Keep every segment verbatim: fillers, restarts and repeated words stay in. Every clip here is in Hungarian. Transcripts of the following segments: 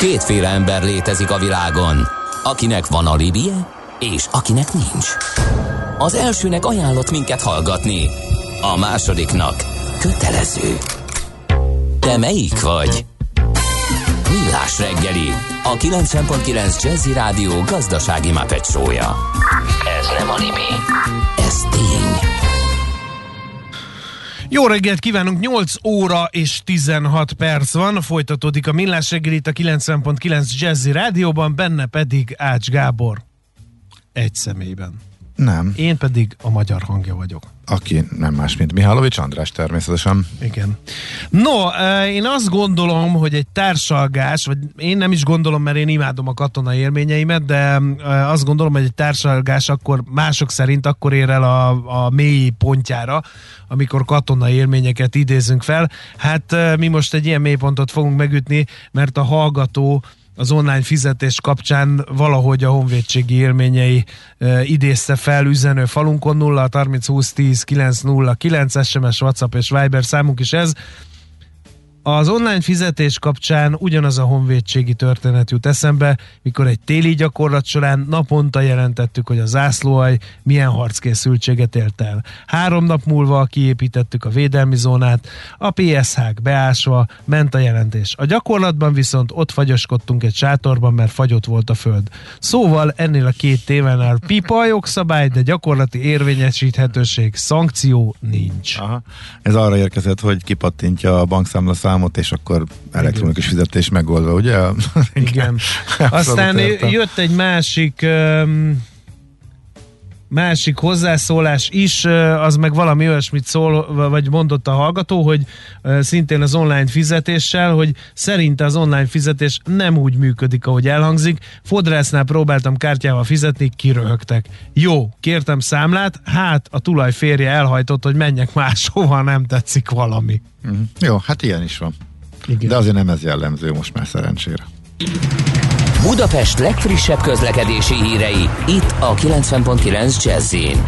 Kétféle ember létezik a világon, akinek van alibije, és akinek nincs. Az elsőnek ajánlott minket hallgatni, a másodiknak kötelező. Te melyik vagy? Millás reggeli, a kilencven pont kilenc Jazzy Rádió gazdasági Muppet show-ja. Ez nem anime, ez tény. Jó reggelt kívánunk, nyolc óra és tizenhat perc van, folytatódik a Millás reggeli itt a kilencven pont kilenc Jazzy Rádióban, benne pedig Ács Gábor. Egy személyben. Nem. Én pedig a magyar hangja vagyok. Aki nem más, mint Mihálovics András természetesen. Igen. No, én azt gondolom, hogy egy társalgás, vagy én nem is gondolom, mert én imádom a katonai élményeimet, de azt gondolom, hogy egy társalgás akkor mások szerint akkor ér el a, a mély pontjára, amikor katonai élményeket idézünk fel. Hát mi most egy ilyen mélypontot fogunk megütni, mert a hallgató az online fizetés kapcsán valahogy a honvédségi élményei e, idézte fel üzenő falunkon. Nulla harminc húsz tíz kilenc nulla kilenc es em es, WhatsApp és Viber számunk is ez. Az online fizetés kapcsán ugyanaz a honvédségi történet jut eszembe, mikor egy téli gyakorlat során naponta jelentettük, hogy a zászlóalj milyen harckészültséget élt el. Három nap múlva kiépítettük a védelmi zónát, a pé es hák beásva ment a jelentés. A gyakorlatban viszont ott fagyoskodtunk egy sátorban, mert fagyott volt a föld. Szóval ennél a két témánál pipa a jogszabály, de gyakorlati érvényesíthetőség, szankció nincs. Aha. Ez arra érkezett, hogy kipattintja a bankszámla számot, és akkor elektronikus fizetés megoldva, ugye? Igen. Aztán jött egy másik um, másik hozzászólás is, az meg valami olyasmit szól, vagy mondott a hallgató, hogy szintén az online fizetéssel, hogy szerinte az online fizetés nem úgy működik, ahogy elhangzik. Fodrásznál próbáltam kártyával fizetni, kiröhögtek. Jó, kértem számlát, hát a tulaj férje elhajtott, hogy menjek máshova, nem tetszik valami. Uh-huh. Jó, hát ilyen is van. Igen. De azért nem ez jellemző most már szerencsére. Budapest legfrissebb közlekedési hírei, itt a kilencven pont kilenc Jazzyn.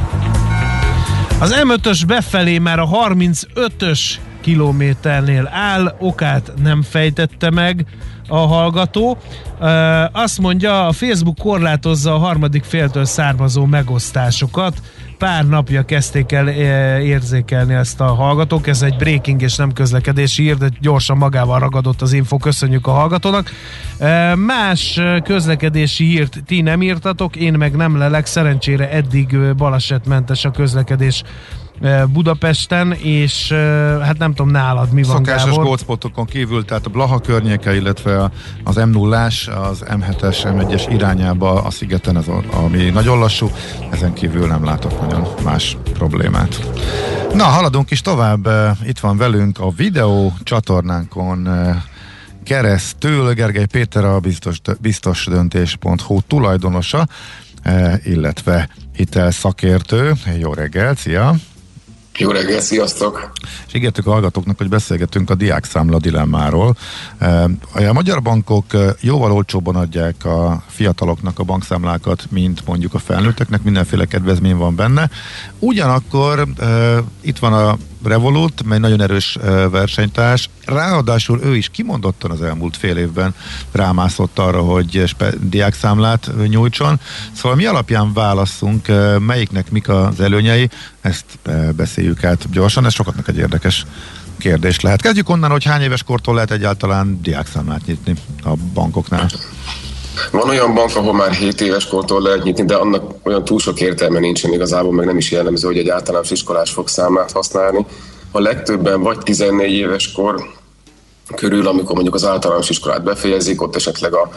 Az em ötös befelé már a harmincötös kilométernél áll, okát nem fejtette meg a hallgató. Azt mondja, a Facebook korlátozza a harmadik féltől származó megosztásokat. Pár napja kezdték el érzékelni ezt a hallgatók, ez egy breaking és nem közlekedési hír, de gyorsan magával ragadott az info, köszönjük a hallgatónak. Más közlekedési hírt ti nem írtatok, én meg nem lelek, szerencsére eddig balesetmentes a közlekedés Budapesten, és hát nem tudom nálad mi van, szokásos Gábor. gócpontokon kívül, tehát a Blaha környéke, illetve az em nullás, az em hetes, em egyes irányába a szigeten, ez a, ami nagyon lassú, ezen kívül nem látok nagyon más problémát. Na, haladunk is tovább, itt van velünk a videó csatornánkon keresztül Gergely Péter, a biztos, biztosdöntés pont hu tulajdonosa, illetve hitel szakértő. Jó reggelt, szia! Jó reggel, sziasztok! És ígértük a hallgatóknak, hogy beszélgetünk a diákszámla dilemmáról. A magyar bankok jóval olcsóbban adják a fiataloknak a bankszámlákat, mint mondjuk a felnőtteknek, mindenféle kedvezmény van benne. Ugyanakkor itt van a Revolut, mely nagyon erős versenytárs, ráadásul ő is kimondottan az elmúlt fél évben rámászott arra, hogy spe- diákszámlát nyújtson. Szóval mi alapján válasszunk, melyiknek mik az előnyei, ezt beszéljük át gyorsan, ez sokatnak egy érdekes kérdés lehet. Kezdjük onnan, hogy hány éves kortól lehet egyáltalán diákszámlát nyitni a bankoknál? Van olyan bank, ahol már hét éves kortól lehet nyitni, de annak olyan túl sok értelme nincsen igazából, meg nem is jellemző, hogy egy általános iskolás fog számlát használni. A legtöbben vagy tizennégy éves kor körül, amikor mondjuk az általános iskolát befejezik, ott esetleg a,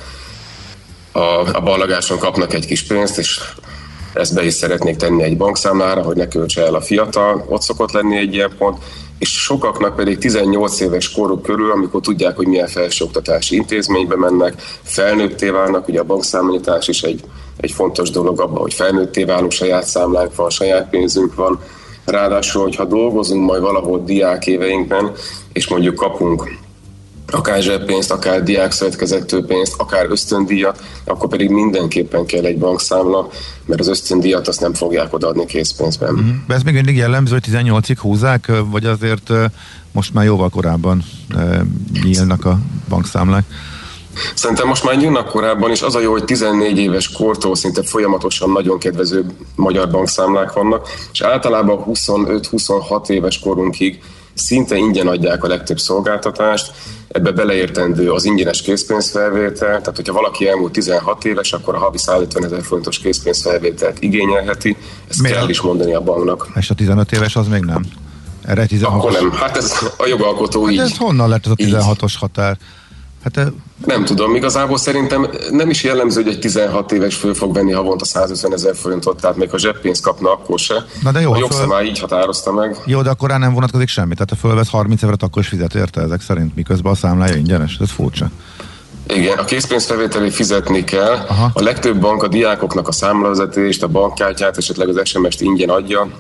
a, a ballagáson kapnak egy kis pénzt, és ezt be is szeretnék tenni egy bankszámlára, hogy ne költse el a fiatal, ott szokott lenni egy ilyen pont, és sokaknak pedig tizennyolc éves koruk körül, amikor tudják, hogy milyen felsőoktatási intézménybe mennek, felnőtté válnak, ugye a bankszámlanyítás is egy, egy fontos dolog abban, hogy felnőtté válunk, saját számlánk van, saját pénzünk van, ráadásul, hogyha dolgozunk majd valahol diákéveinkben, és mondjuk kapunk akár zseppénzt, akár diákszövetkezettől pénzt, akár ösztöndíjat, akkor pedig mindenképpen kell egy bankszámla, mert az ösztöndíjat azt nem fogják odaadni készpénzben. Mm-hmm. De ez még mindig jellemző, hogy tizennyolcig húzzák, vagy azért most már jóval korábban nyílnak a bankszámlák? Szerintem most már jönnek korábban, és az a jó, hogy tizennégy éves kortól szinte folyamatosan nagyon kedvező magyar bankszámlák vannak, és általában huszonöt-huszonhat éves korunkig szinte ingyen adják a legtöbb szolgáltatást, ebbe beleértendő az ingyenes készpénzfelvétel, tehát hogyha valaki elmúlt tizenhat éves, akkor a havi százötven ezer forintos készpénzfelvételt igényelheti, ezt Miért? kell is mondani a banknak. És a tizenöt éves az még nem? Erre tizenhat Akkor nem, hát ez a jogalkotó hát így. ez honnan lett ez a tizenhatos határ? Hát, nem tudom, igazából szerintem nem is jellemző, hogy egy tizenhat éves föl fog venni havonta százötven ezer forintot, tehát még ha zseppénzt kapna, akkor se. Na de jó, a jogszabály föl... így határozta meg. Jó, de akkor rá nem vonatkozik semmi, tehát ha fölvesz harminc évre, akkor is fizet érte ezek szerint, miközben a számlája ingyenes, ez furcsa. Igen, a készpénzfelvételét fizetni kell. Aha. A legtöbb bank a diákoknak a számlavezetést, a bankkártyát, esetleg az es em est ingyen adja,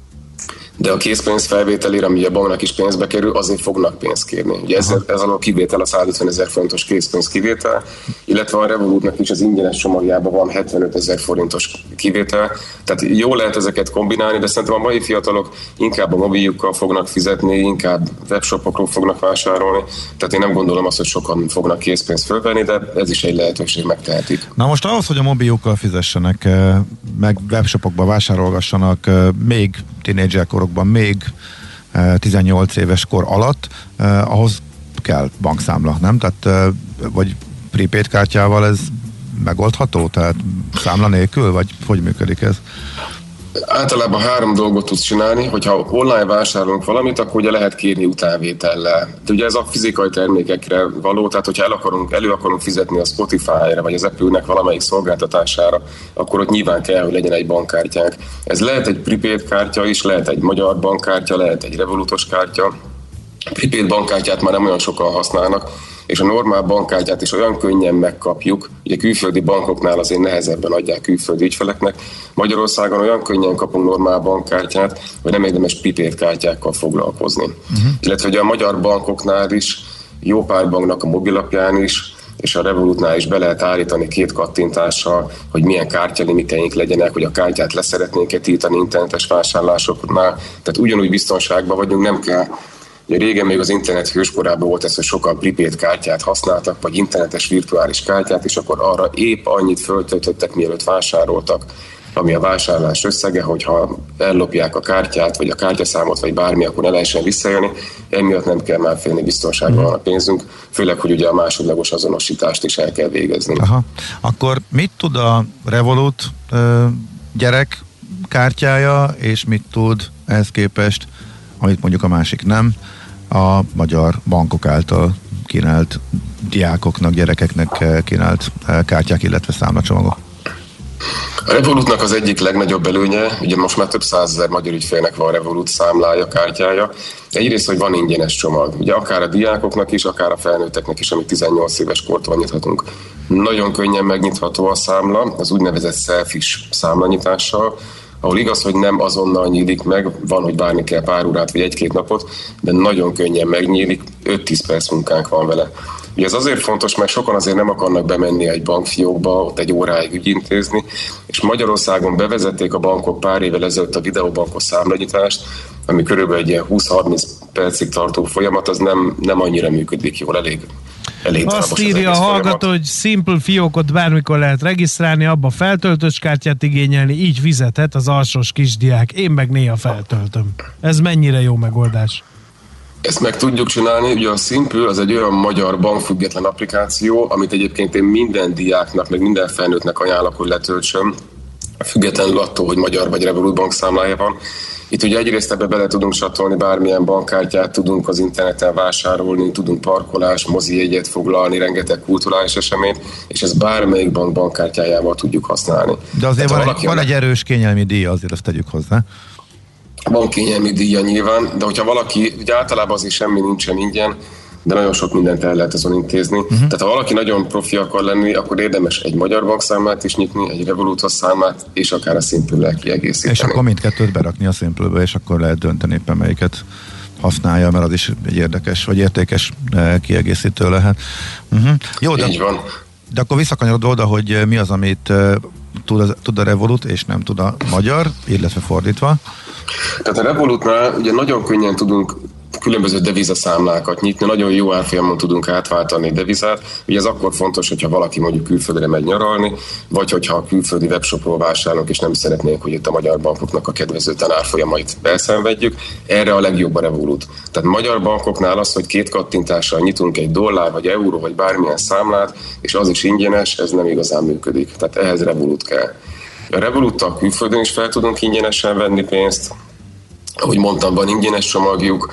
de a készpénz felvételére, ami a banknak is pénzbe kerül, azért fognak pénzt kérni. Ugye ez, ez alól kivétel a százötven ezer forintos készpénz kivétel, illetve a Revolutnak is az ingyenes csomagjában van hetvenöt ezer forintos kivétel. Tehát jó lehet ezeket kombinálni, de szerintem a mai fiatalok inkább a mobiljukkal fognak fizetni, inkább webshopokról fognak vásárolni. Tehát én nem gondolom azt, hogy sokan fognak készpénzt fölvenni, de ez is egy lehetőség, megtehetik. Na most ahhoz, hogy a mobiljukkal fizessenek, meg webshopokba vásárolgassanak, még tínédzserkorokban, még tizennyolc éves kor alatt, eh, ahhoz kell bankszámla, nem? Tehát, eh, vagy prepaid kártyával ez megoldható? Tehát számla nélkül, vagy hogy működik ez? Általában három dolgot tudsz csinálni, hogyha online vásárolunk valamit, akkor ugye lehet kérni utánvétellel. De ugye ez a fizikai termékekre való, tehát hogyha el akarunk, elő akarunk fizetni a Spotify-ra, vagy az Apple-nek valamelyik szolgáltatására, akkor ott nyilván kell, hogy legyen egy bankkártyánk. Ez lehet egy prepaid kártya is, lehet egy magyar bankkártya, lehet egy Revolutos kártya. A prepaid bankkártyát már nem olyan sokan használnak, és a normál bankkártyát is olyan könnyen megkapjuk, ugye külföldi bankoknál azért nehezebben adják külföldi ügyfeleknek, Magyarországon olyan könnyen kapunk normál bankkártyát, hogy nem érdemes prepaid kártyákkal foglalkozni. Uh-huh. Illetve ugye a magyar bankoknál is, jó pár banknak a mobilapján is, és a Revolutnál is be lehet állítani két kattintással, hogy milyen kártyalimiteink legyenek, hogy a kártyát leszeretnénk-e tiltani internetes vásárlásoknál, tehát ugyanúgy biztonságban vagyunk, nem kell. Ugye régen még az internet hőskorában volt ez, hogy sokan prepaid kártyát használtak, vagy internetes virtuális kártyát, és akkor arra épp annyit föltöltöttek, mielőtt vásároltak, ami a vásárlás összege, hogyha ellopják a kártyát, vagy a kártyaszámot, vagy bármi, akkor ne lehessen visszajönni. Emiatt nem kell már félni, biztonságban van a pénzünk, főleg, hogy ugye a másodlagos azonosítást is el kell végezni. Aha. Akkor mit tud a Revolut ö, gyerek kártyája, és mit tud ehhez képest, amit mondjuk a másik nem, a magyar bankok által kínált diákoknak, gyerekeknek kínált kártyák, illetve számlacsomagok? A Revolutnak az egyik legnagyobb előnye, ugye most már több százezer magyar ügyfélnek van Revolut számlája, kártyája. Egyrészt, hogy van ingyenes csomag. Ugye akár a diákoknak is, akár a felnőtteknek is, amit tizennyolc éves kortól nyithatunk. Nagyon könnyen megnyitható a számla, az úgynevezett selfish számlanyitással, ahol igaz, hogy nem azonnal nyílik meg, van, hogy várni kell pár órát vagy egy-két napot, de nagyon könnyen megnyílik, öt-tíz perc munkánk van vele. Ugye ez azért fontos, mert sokan azért nem akarnak bemenni egy bankfiókba, ott egy óráig ügyintézni, és Magyarországon bevezették a bankok pár évvel ezelőtt a videóbankos számlanyitást, ami körülbelül egy ilyen húsz-harminc percig tartó folyamat, az nem, nem annyira működik jól, elég. Elég Azt írja a hallgató, hogy Simple fiókot bármikor lehet regisztrálni, abba feltöltős kártyát igényelni, így fizethet az alsós kisdiák. Én meg néha feltöltöm. Ez mennyire jó megoldás? Ezt meg tudjuk csinálni. Ugye a Simple az egy olyan magyar bankfüggetlen applikáció, amit egyébként én minden diáknak, meg minden felnőttnek ajánlok, hogy letöltsön, függetlenül attól, hogy magyar vagy Revolut bankszámlája van. Itt ugye egyrészt ebbe bele tudunk csatolni bármilyen bankkártyát, tudunk az interneten vásárolni, tudunk parkolás, mozi jegyet foglalni, rengeteg kulturális eseményt, és ezt bármelyik bank bankkártyájával tudjuk használni. De azért van, egy, van egy erős kényelmi díja, azért ezt tegyük hozzá. Van kényelmi díja nyilván, de hogyha valaki, ugye általában azért semmi nincsen ingyen, de nagyon sok mindent el lehet azon intézni. Uh-huh. Tehát ha valaki nagyon profi akar lenni, akkor érdemes egy magyar bankszámlát is nyitni, egy Revolutos számlát, és akár a Simple-lel kiegészíteni. És akkor mindkettőt berakni a Simple-be, és akkor lehet dönteni éppen melyiket használja, mert az is egy érdekes, vagy értékes kiegészítő lehet. Uh-huh. Jó, de, így van. De akkor visszakanyarodva oda, hogy mi az, amit tud a, tud a Revolut, és nem tud a magyar, illetve fordítva. Tehát a Revolutnál ugye nagyon könnyen tudunk különböző devizaszámlákat nyitni, nagyon jó árfolyamon tudunk átváltani devizát. Ugye ez akkor fontos, hogyha valaki mondjuk külföldre megy nyaralni, vagy hogyha a külföldi webshopról vásárolunk, és nem szeretnénk, hogy itt a magyar bankoknak a kedvezőtlen árfolyamait elszenvedjük. Erre a legjobb a Revolut. Tehát magyar bankoknál az, hogy két kattintással nyitunk egy dollár, vagy euró, vagy bármilyen számlát, és az is ingyenes, ez nem igazán működik. Tehát ehhez Revolut kell. A Revoluttal külföldön is fel tudunk ingyenesen venni pénzt, ahogy mondtam, van ingyenes csomagjuk,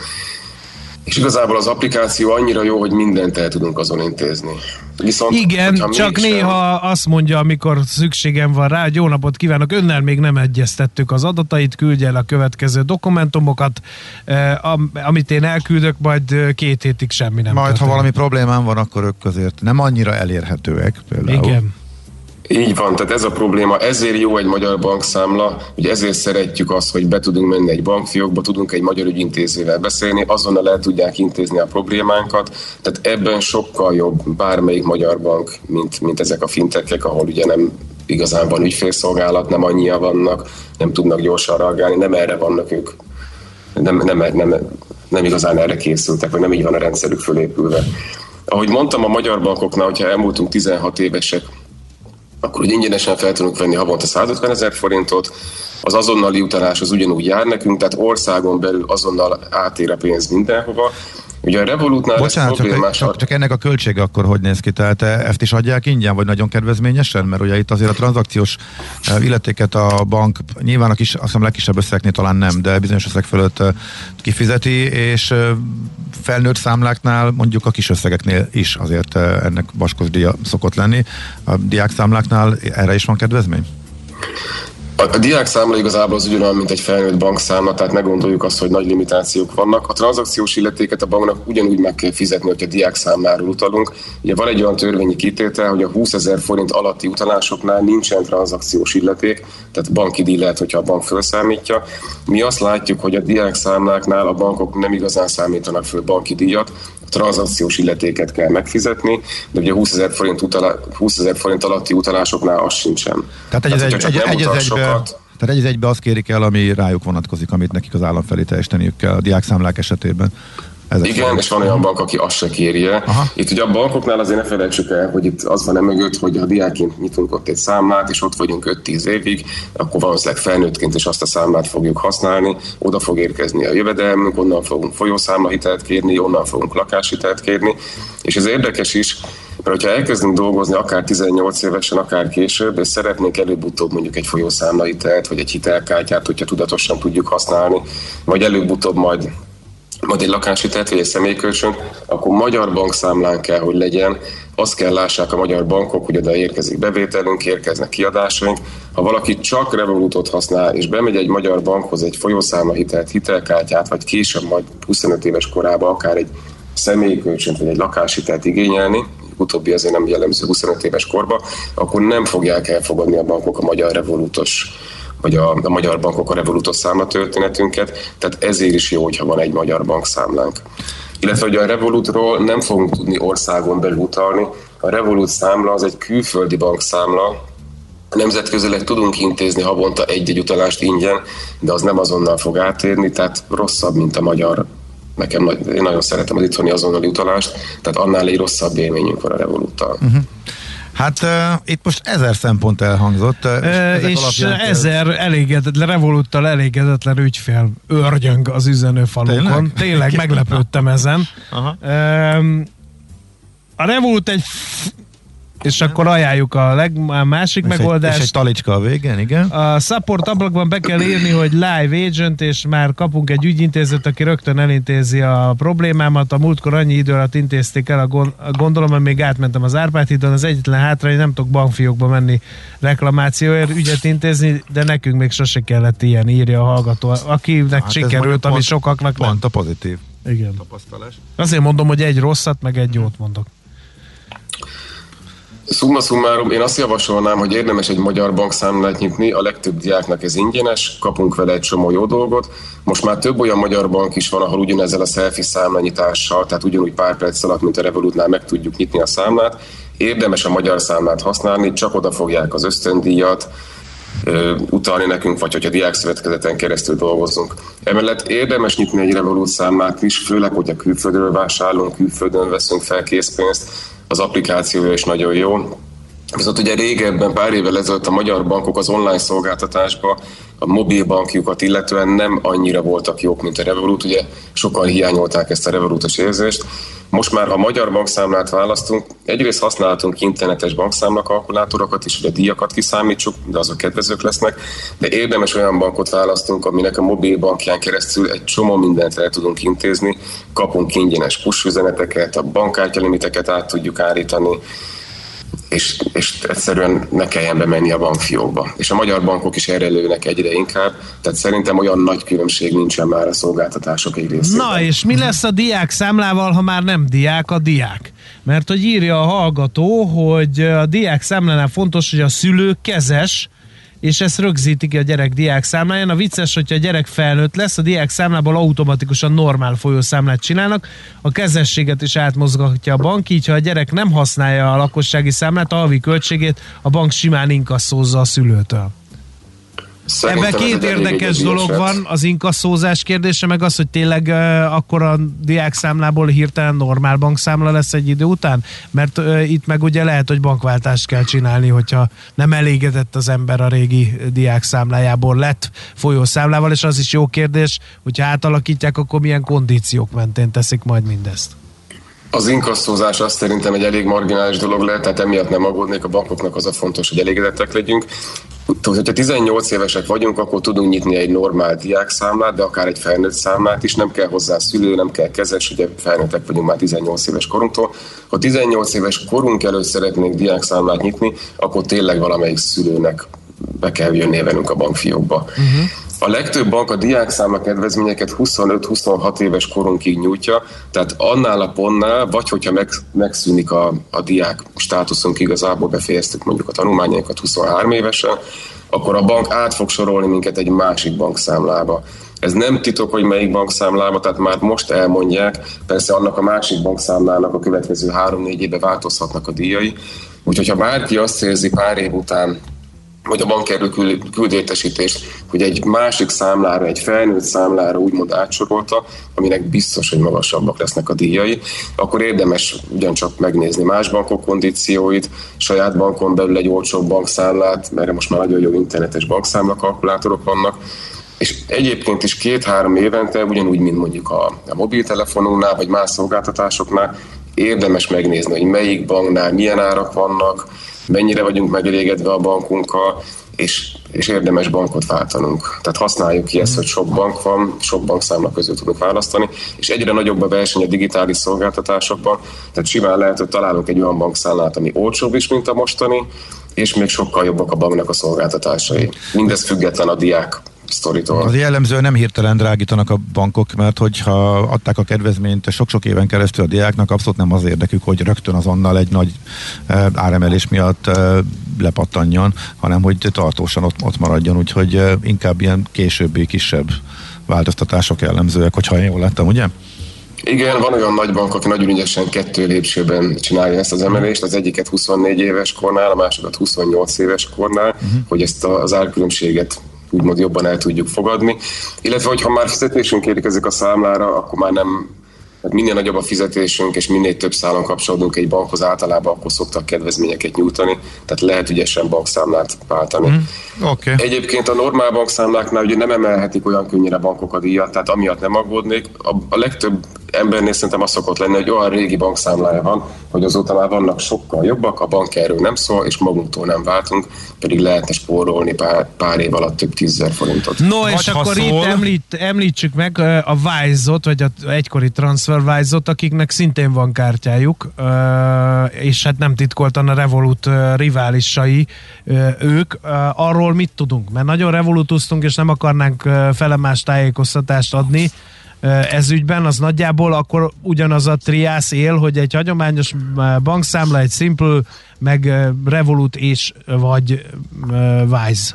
és igazából az applikáció annyira jó, hogy mindent el tudunk azon intézni. Viszont, igen, csak mégsem... néha azt mondja, amikor szükségem van rá, hogy jó napot kívánok, önnel még nem egyeztettük az adatait, küldje el a következő dokumentumokat, eh, am, amit én elküldök, majd két hétig semmi nem Majd, történik. ha valami problémám van, akkor ők közért nem annyira elérhetőek például. Igen. Így van, tehát ez a probléma, ezért jó egy magyar bankszámla, ugye ezért szeretjük azt, hogy be tudunk menni egy bankfiókba, tudunk egy magyar ügyintézővel beszélni, azonnal el tudják intézni a problémánkat, tehát ebben sokkal jobb bármelyik magyar bank, mint, mint ezek a fintekek, ahol ugye nem igazán van ügyfélszolgálat, nem annyian vannak, nem tudnak gyorsan reagálni, nem erre vannak ők, nem, nem, nem, nem igazán erre készültek, vagy nem így van a rendszerük fölépülve. Ahogy mondtam, a magyar bankoknál, hogyha elmúltunk tizenhat évesek, akkor úgy ingyenesen fel tudunk venni havonta százötvenezer forintot, az azonnali utalás az ugyanúgy jár nekünk, tehát országon belül azonnal átér a pénz mindenhova. Ugye a Revolutnál Bocsánat, ez problémás... csak, csak ennek a költsége akkor hogy néz ki? Tehát ezt is adják ingyen, vagy nagyon kedvezményesen? Mert ugye itt azért a tranzakciós illetéket a bank nyilván a kis, azt hiszem legkisebb összegnél talán nem, de bizonyos összeg fölött kifizeti, és felnőtt számláknál mondjuk a kis összegeknél is azért ennek vaskos díja szokott lenni. A diák számláknál erre is van kedvezmény? A, a diák számla igazából az ugyanolyan, mint egy felnőtt bankszámla, tehát ne gondoljuk azt, hogy nagy limitációk vannak. A tranzakciós illetéket a banknak ugyanúgy meg kell fizetni, hogy a diák számláról utalunk. Ugye van egy olyan törvényi kitétel, hogy a húszezer forint alatti utalásoknál nincsen tranzakciós illeték, tehát banki díj lehet, hogyha a bank felszámítja. Mi azt látjuk, hogy a diák számláknál a bankok nem igazán számítanak föl banki díjat, tranzakciós illetéket kell megfizetni, de ugye húszezer forint, utala, húszezer forint alatti utalásoknál az sincsen. Tehát egy, Tehát, egy, egy, egy, egy, sokat, tehát egy egybe azt kérik el, ami rájuk vonatkozik, amit nekik az állam felé teljesíteniük kell a diákszámlák esetében. Ezek igen, van. És van olyan bank, aki azt se kérje. Aha. Itt ugye a bankoknál azért ne felejtsük el, hogy itt az van emögött, hogy ha diákként nyitunk ott egy számlát, és ott vagyunk öt-tíz évig, akkor valószínűleg felnőttként is azt a számlát fogjuk használni, oda fog érkezni a jövedelmünk, onnan fogunk folyószámlahitelt kérni, onnan fogunk lakáshitelt kérni, és ez érdekes is, mert hogyha elkezdünk dolgozni akár tizennyolc évesen, akár később, és szeretnénk előbb-utóbb mondjuk egy folyószámlahitelt, vagy egy hitelkártyát, hogyha tudatosan tudjuk használni, vagy előbb-utóbb majd majd egy lakáshitelt, vagy egy személykölcsönt, akkor magyar bankszámlán kell, hogy legyen. Azt kell lássák a magyar bankok, hogy oda érkezik bevételünk, érkeznek kiadásaink. Ha valaki csak Revolutot használ, és bemegy egy magyar bankhoz egy folyószámlahitelt, hitelkártyát, vagy később majd huszonöt éves korában akár egy személykölcsönt, vagy egy lakáshitelt igényelni, utóbbi azért nem jellemző huszonöt éves korba, akkor nem fogják elfogadni a bankok a magyar Revolutos vagy a, a magyar bankok a Revolutos számlatörténetünket, tehát ezért is jó, hogyha van egy magyar bankszámlánk. Illetve, hogy a Revolutról nem fogunk tudni országon belül utalni. A Revolut számla az egy külföldi bankszámla, nemzetközileg tudunk intézni havonta egy-egy utalást ingyen, de az nem azonnal fog átérni, tehát rosszabb, mint a magyar. Nekem én nagyon szeretem az itthoni azonnali utalást, tehát annál egy rosszabb élményünk van a Revoluttal. Uh-huh. Hát uh, itt most ezer szempont elhangzott. Uh, és és ezer elégedetlen, Revoluttal elégedetlen ügyfél őrgyöng az üzenőfalukon. Tényleg, Tényleg meglepődtem ezen. Aha. Uh, a Revolut egy f- és akkor ajánljuk a, leg, a másik és megoldást. Egy, és egy talicska a végén, igen. A support ablakban be kell írni, hogy live agent, és már kapunk egy ügyintézőt, aki rögtön elintézi a problémámat. A múltkor annyi idő alatt intézték el, a gond, gondolom, hogy még átmentem az Árpád hídon, az egyetlen hátrány, nem tudok bankfiókba menni reklamációért ügyet intézni, de nekünk még sose kellett ilyen, írja a hallgató, akinek hát sikerült, ami pont, sokaknak nem. Pont a pozitív. Igen. Tapasztalás. Azért mondom, hogy egy rosszat, meg egy jót mondok. Summa summarum, én azt javasolnám, hogy érdemes egy magyar bankszámlát nyitni, a legtöbb diáknak ez ingyenes, kapunk vele egy csomó jó dolgot. Most már több olyan magyar bank is van, ahol ugyanezzel a selfie számlányitással, tehát ugyanúgy pár perc alatt, mint a Revolutnál meg tudjuk nyitni a számlát. Érdemes a magyar számlát használni, csak oda fogják az ösztöndíjat, ö, utalni nekünk, vagy hogy a diákszövetkezeten keresztül dolgozzunk. Emellett érdemes nyitni egy Revolut számlát is, főleg, hogyha külföldről vásárolunk, külföldön veszünk fel készpénzt, az applikációja is nagyon jó. Viszont ugye régebben, pár évvel ezelőtt a magyar bankok az online szolgáltatásban a mobilbankjukat illetően nem annyira voltak jók, mint a Revolut, ugye sokan hiányolták ezt a Revolutos érzést. Most már, ha magyar bankszámlát választunk, egyrészt használhatunk internetes bankszámlakalkulátorokat is, hogy a díjakat kiszámítsuk, de azok kedvezők lesznek, de érdemes olyan bankot választunk, aminek a mobilbankján keresztül egy csomó mindent el tudunk intézni, kapunk ingyenes push üzeneteket, a bankkártyalimiteket át tudjuk állítani, És, és egyszerűen ne kelljen bemenni a bankfiókba. És a magyar bankok is erre lőnek egyre inkább, tehát szerintem olyan nagy különbség nincsen már a szolgáltatások egy részében. Na és mi lesz a diák számlával, ha már nem diák a diák? Mert hogy írja a hallgató, hogy a diák számlánál fontos, hogy a szülő kezes, és ezt rögzítik a gyerek diák számláján. A vicces, hogyha a gyerek felnőtt lesz, a diák számlából automatikusan normál folyószámlát csinálnak, a kezességet is átmozgatja a bank, így ha a gyerek nem használja a lakossági számlát, a havi költségét a bank simán inkasszózza a szülőtől. Ebben két érdekes dolog van, az inkasszózás kérdése, meg az, hogy tényleg uh, akkor a diák számlából hirtelen normál bankszámla lesz egy idő után, mert uh, itt meg ugye lehet, hogy bankváltást kell csinálni, hogyha nem elégedett az ember a régi diák számlájából lett folyószámlával, és az is jó kérdés, hogyha átalakítják, akkor milyen kondíciók mentén teszik majd mindezt. Az inkasszózás azt szerintem egy elég marginális dolog lehet, tehát emiatt nem aggódnék, a bankoknak az a fontos, hogy elégedettek legyünk. Hogyha tizennyolc évesek vagyunk, akkor tudunk nyitni egy normál diákszámlát, de akár egy felnőtt számlát is, nem kell hozzá szülő, nem kell kezes, ugye felnőttek vagyunk már tizennyolc éves korunktól. Ha tizennyolc éves korunk előtt szeretnénk diákszámlát nyitni, akkor tényleg valamelyik szülőnek be kell jönnie velünk a bankfiókba. Uh-huh. A legtöbb bank a diákszámla kedvezményeket huszonöt-huszonhat éves korunkig nyújtja, tehát annál a pontnál, vagy hogyha meg, megszűnik a, a diák státuszunk, igazából befejeztük mondjuk a tanulmányainkat huszonhárom évesen, akkor a bank át fog sorolni minket egy másik bankszámlába. Ez nem titok, hogy melyik bankszámlába, tehát már most elmondják, persze annak a másik bankszámlának a következő három-négy éve változhatnak a díjai, úgyhogy ha bárki azt érzi pár év után, hogy a bankerő küld értesítést, hogy egy másik számlára, egy felnőtt számlára úgymond átsorolta, aminek biztos, hogy magasabbak lesznek a díjai, akkor érdemes ugyancsak megnézni más bankok kondícióit, saját bankon belül egy olcsóbb bankszámlát, mert most már nagyon jó internetes bankszámlakalkulátorok vannak, és egyébként is két-három évente, ugyanúgy, mint mondjuk a, a mobiltelefonunknál, vagy más szolgáltatásoknál, érdemes megnézni, hogy melyik banknál milyen árak vannak, mennyire vagyunk megelégedve a bankunkkal, és, és érdemes bankot váltanunk. Tehát használjuk ki ezt, hogy sok bank van, sok bankszámla közül tudunk választani, és egyre nagyobb a verseny a digitális szolgáltatásokban, tehát simán lehet, hogy találunk egy olyan bankszámlát, ami olcsóbb is, mint a mostani, és még sokkal jobbak a banknak a szolgáltatásai. Mindez független a diák sztoritól. Az jellemző, nem hirtelen drágítanak a bankok, mert hogyha adták a kedvezményt sok-sok éven keresztül a diáknak, abszolút nem az érdekük, hogy rögtön azonnal egy nagy uh, áremelés miatt uh, lepattanjon, hanem hogy tartósan ott, ott maradjon, úgyhogy uh, inkább ilyen későbbi, kisebb változtatások jellemzőek, hogyha jól láttam, ugye? Igen, van olyan nagy bank, aki nagyon ügyesen kettő lépcsőben csinálja ezt az emelést, az egyiket huszonnégy éves kornál, a másikat huszonnyolc éves kornál, uh-huh. hogy ezt az árkülönbséget úgymond jobban el tudjuk fogadni. Illetve, hogyha már fizetésünk érkezik a számlára, akkor már nem, hát minél nagyobb a fizetésünk, és minél több szálon kapcsolódunk egy bankhoz, általában akkor szoktak kedvezményeket nyújtani, tehát lehet ügyesen bankszámlát váltani. Mm, okay. Egyébként a normál bankszámláknál ugye nem emelhetik olyan könnyire bankok a díjat, tehát amiatt nem aggódnék. A, a legtöbb embernél szerintem az szokott lenni, hogy olyan régi bankszámlája van, hogy azóta már vannak sokkal jobbak, a bank erről nem szól, és magunktól nem váltunk, pedig lehetne spórolni pár, pár év alatt több tízezer forintot. No, és vagy akkor itt említ, említsük meg a Wise-ot, vagy a egykori TransferWise-ot, akiknek szintén van kártyájuk, és hát nem titkoltan a Revolut riválisai ők. Arról mit tudunk? Mert nagyon revolutuztunk, és nem akarnánk felemás tájékoztatást adni ez ügyben, az nagyjából akkor ugyanaz a triász él, hogy egy hagyományos bankszámla, egy Simple, meg Revolut és vagy Wise.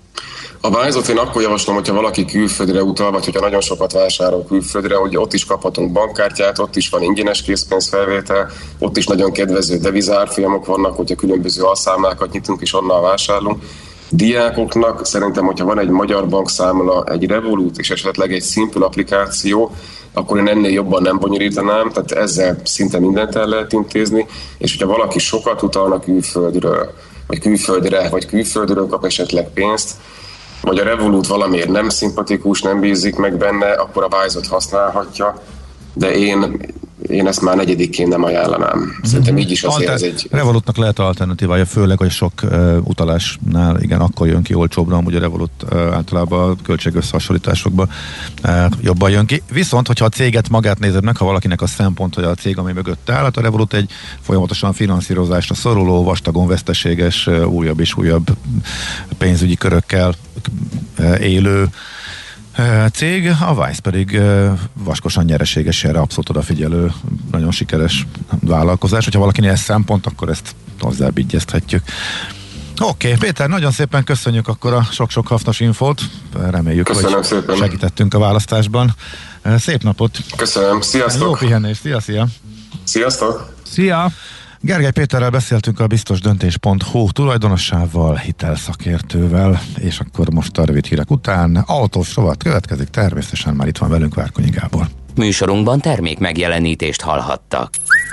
A Wise-ot én akkor javaslom, hogyha valaki külföldre utal, vagy hogyha nagyon sokat vásárol külföldre, hogy ott is kaphatunk bankkártyát, ott is van ingyenes készpénzfelvétel, ott is nagyon kedvező devizárfolyamok vannak, hogyha különböző alszámlákat nyitunk és onnan vásárlunk. diákoknak szerintem, hogyha van egy magyar bankszámla, egy Revolut és esetleg egy Simple applikáció, akkor én ennél jobban nem bonyolítanám, tehát ezzel szinte mindent el lehet intézni, és hogyha valaki sokat utalna külföldről, vagy külföldre, vagy külföldről kap esetleg pénzt, vagy a Revolut valamiért nem szimpatikus, nem bízik meg benne, akkor a Wise-ot használhatja, de én, én ezt már negyedikként nem ajánlanám. Szerintem így is azért Alter- ez egy... Revolutnak lehet alternatívája, főleg, hogy sok uh, utalásnál, igen, akkor jön ki olcsóbbra, amúgy a Revolut uh, általában a költségösszehasonlításokban uh, jobban jön ki. Viszont, hogyha a céget magát nézed meg, ha valakinek a szempont, hogy a cég, ami mögött áll, hát a Revolut egy folyamatosan finanszírozásra szoruló, vastagon veszteséges, uh, újabb és újabb pénzügyi körökkel uh, élő cég, a Wise pedig vaskosan nyereséges, erre abszolút odafigyelő, nagyon sikeres vállalkozás. Hogyha valakinél ez szempont, akkor ezt hozzábígyezthetjük. Oké, okay, Péter, nagyon szépen köszönjük akkor a sok-sok hasznos infót. Reméljük, Köszönöm hogy szépen. segítettünk a választásban. Szép napot! Köszönöm, sziasztok! Jó pihenést, szia, szia! Sziasztok! Szia! Gergely Péterrel beszéltünk a biztosdöntés pont hu tulajdonossával, hitelszakértővel, és akkor most a rövid hírek után autós rovat következik, természetesen már itt van velünk Várkonyi Gábor. Műsorunkban termék megjelenítést hallhattak.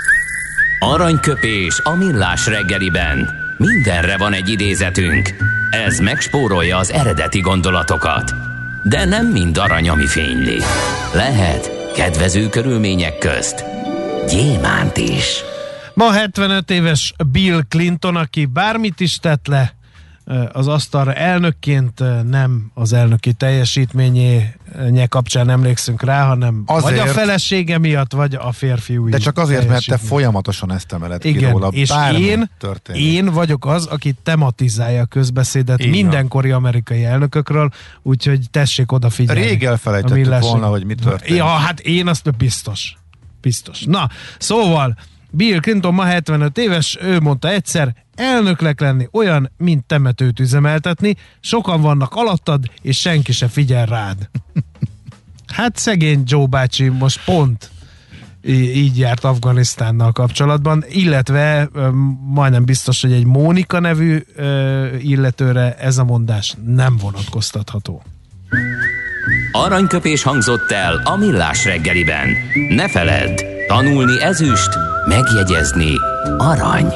Aranyköpés a millás reggeliben. Mindenre van egy idézetünk. Ez megspórolja az eredeti gondolatokat. De nem mind arany, ami fényli. Lehet kedvező körülmények közt gyémánt is. Ma hetvenöt éves Bill Clinton, aki bármit is tett le az asztalra elnökként, nem az elnöki teljesítménye kapcsán emlékszünk rá, hanem azért, vagy a felesége miatt, vagy a férfiúi. De csak azért, mert te folyamatosan ezt emeled ki róla. És én, én vagyok az, aki tematizálja a közbeszédet igen. mindenkori amerikai elnökökről, úgyhogy tessék odafigyelni. Rég elfelejtettük volna, hogy mi történt. Ja, hát én azt biztos. Biztos. Na, szóval Bill Clinton ma hetvenöt éves, ő mondta egyszer, elnöknek lenni olyan, mint temetőt üzemeltetni, sokan vannak alattad, és senki se figyel rád. Hát szegény Joe bácsi most pont így járt Afganisztánnal kapcsolatban, illetve majdnem biztos, hogy egy Mónika nevű illetőre ez a mondás nem vonatkoztatható. Aranyköpés hangzott el a millás reggeliben. Ne feledd, tanulni ezüst, megjegyezni arany.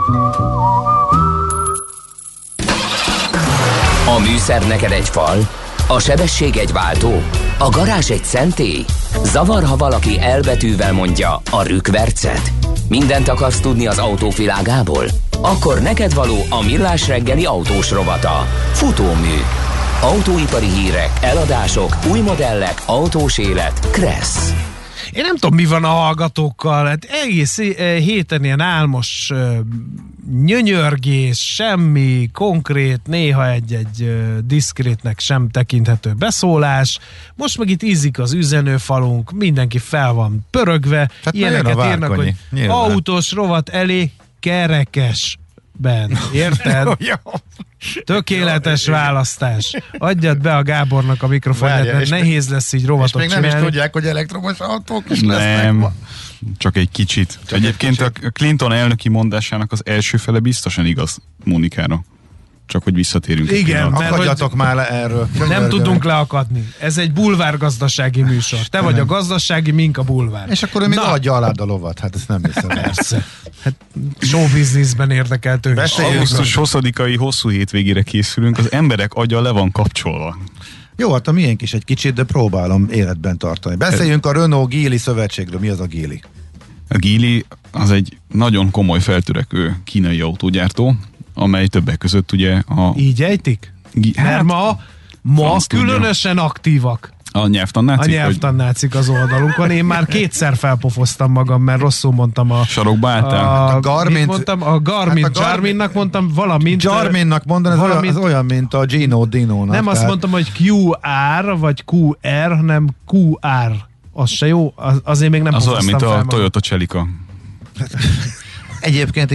A műszer neked egy fal, a sebesség egy váltó, a garázs egy szentély. Zavar, ha valaki elbetűvel mondja a rükvercet. Mindent akarsz tudni az autóvilágából? Akkor neked való a millás reggeli autós rovata. Futómű. Autóipari hírek, eladások, új modellek, autós élet. Kressz. Én nem tudom, mi van a hallgatókkal, hát egész héten ilyen álmos nyönyörgés, semmi konkrét, néha egy-egy diszkrétnek sem tekinthető beszólás. Most meg itt ízik az üzenőfalunk, mindenki fel van pörögve, tehát ilyeneket írnak, hogy nyilván. Autós rovat elé kerekesben. Érted? Tökéletes választás. Adjad be a Gábornak a mikrofonját, mert nehéz lesz így rovatot csinálni. És még nem is tudják, hogy elektromos autók is lesznek. Nem, csak egy kicsit. Csak Egyébként egy kicsit. A Clinton elnöki mondásának az első fele biztosan igaz Mónikára. Csak hogy visszatérünk. Igen, mert akadjatok már le erről. Nem Könyörgő. Tudunk leakadni. Ez egy bulvárgazdasági műsor. Te vagy a gazdasági, mink a bulvár. És akkor ő még adja alád a lovat. Hát ezt nem hiszem. Persze. Hát show businessben érdekelt ő. augusztus huszadikai hosszú hétvégére készülünk, az emberek agya le van kapcsolva. Jó, hát a miénk is egy kicsit, de próbálom életben tartani. Beszéljünk a Renault-Geely szövetségről. Mi az a Geely? A Geely az egy nagyon komoly feltörekvő kínai autógyártó, amely többek között ugye a... Így ejtik? G- hát, mert ma, ma különösen tudja. Aktívak. A nyelvtannácik? A nyelvtannácik az oldalunkon. Én már kétszer felpofoztam magam, mert rosszul mondtam a... Sarokba álltál? A, a Garmin mondtam? A Garmin, hát a Gar- Garminnak mondtam valamint... Garminnak mondani, ez valamint, olyan, az olyan, mint a Gino Dino-nak. Nem tehát... azt mondtam, hogy kú er vagy kú er, hanem kú er. Az se jó? Az, azért még nem az pofoztam olyan, mint a fel Toyota Celica. Egyébként igen.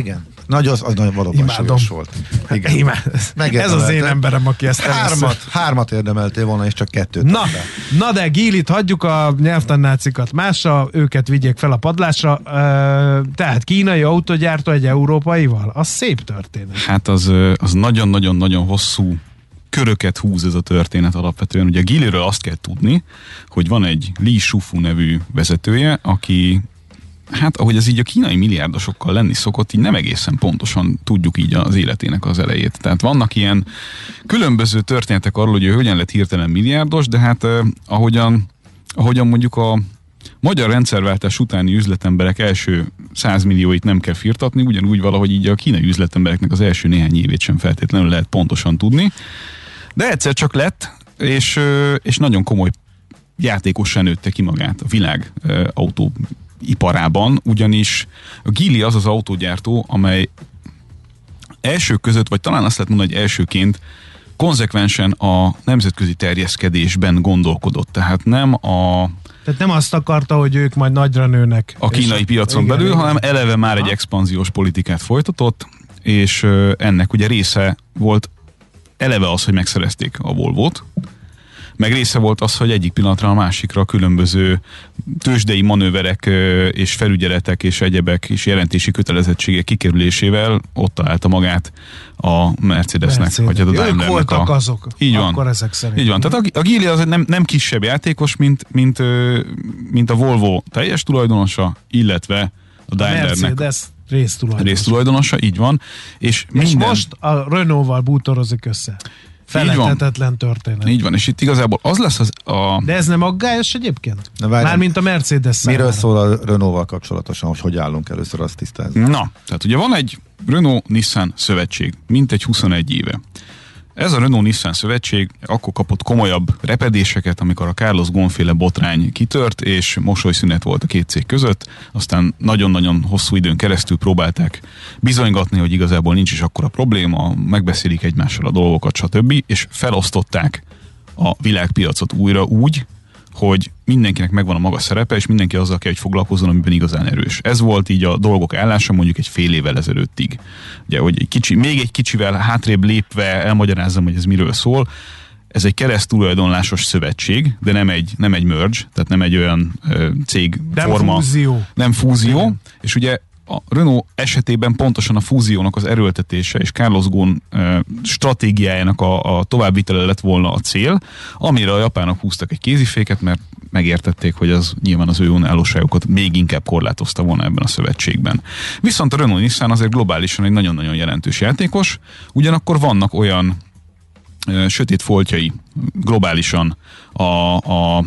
Nagyon, az nagyon valóban Imádom. súlyos volt. Igen. Imád. Ez az én emberem, aki ezt hármat, hármat érdemeltél volna, és csak kettőt. Na, na de Gilit hagyjuk, a nyelvtannácikat másra, őket vigyék fel a padlásra. Tehát kínai autógyártó egy európaival? Az szép történet. Hát az, az nagyon-nagyon-nagyon hosszú köröket húz ez a történet alapvetően. Ugye a Geelyről azt kell tudni, hogy van egy Li Shufu nevű vezetője, aki, hát ahogy ez így a kínai milliárdosokkal lenni szokott, így nem egészen pontosan tudjuk így az életének az elejét. Tehát vannak ilyen különböző történetek arról, hogy ő hogyan lett hirtelen milliárdos, de hát eh, ahogyan, ahogyan mondjuk a magyar rendszerváltás utáni üzletemberek első százmillióit nem kell firtatni, ugyanúgy valahogy így a kínai üzletembereknek az első néhány évét sem feltétlenül lehet pontosan tudni. De egyszer csak lett, és, és nagyon komoly játékosan nőtte ki magát a világ autóiparában, ugyanis a Geely az az autógyártó, amely elsők között, vagy talán azt lehet mondani, hogy elsőként konzekvensen a nemzetközi terjeszkedésben gondolkodott. Tehát nem a Tehát nem azt akarta, hogy ők majd nagyra nőnek. A kínai piacon igen, belül, igen. hanem eleve már egy expanziós politikát folytatott, és ennek ugye része volt eleve az, hogy megszerezték a Volvót, meg része volt az, hogy egyik pillanatra a másikra különböző tőzsdei manőverek és felügyeletek és egyebek és jelentési kötelezettségek kikerülésével ott találta magát a Mercedesnek, Mercedes. vagy a Daimlernek. Ők voltak a... azok. Így van. Akkor ezek szerint. Így van. Tehát a, a Geely az nem, nem kisebb játékos, mint, mint, mint a Volvo teljes tulajdonosa, illetve a A Daimlernek Mercedes résztulajdonosa. résztulajdonosa, így van. És, És minden... most a Renault-val bútorozik össze. Feledhetetlen történet. Így van, és itt igazából az lesz az a... De ez nem aggályos egyébként? Na, várjunk. Mármint a Mercedes számára. Miről szól a Renault-val kapcsolatosan, hogy hogy állunk először, azt tisztázni? Na, tehát ugye van egy Renault-Nissan szövetség, mintegy huszonegy éve. Ez a Renault-Nissan szövetség akkor kapott komolyabb repedéseket, amikor a Carlos Ghosn-féle botrány kitört, és mosolyszünet volt a két cég között. Aztán nagyon-nagyon hosszú időn keresztül próbálták bizonygatni, hogy igazából nincs is akkora probléma, megbeszélik egymással a dolgokat, stb. És felosztották a világpiacot újra úgy, hogy mindenkinek megvan a maga szerepe, és mindenki azzal kell, hogy foglalkozzon, amiben igazán erős. Ez volt így a dolgok állása mondjuk egy fél évvel ezelőttig. Ugye, hogy egy kicsi, még egy kicsivel hátrébb lépve elmagyarázzam, hogy ez miről szól. Ez egy keresztulajdonlásos szövetség, de nem egy, nem egy merge, tehát nem egy olyan ö, cég Nem forma. fúzió. Nem fúzió. Igen. És ugye a Renault esetében pontosan a fúziónak az erőltetése és Carlos Ghosn e, stratégiájának a, a továbbvitele lett volna a cél, amire a japánok húztak egy kéziféket, mert megértették, hogy az nyilván az ő önállóságokat még inkább korlátozta volna ebben a szövetségben. Viszont a Renault-Nissan azért globálisan egy nagyon-nagyon jelentős játékos, ugyanakkor vannak olyan e, sötét foltjai globálisan a, a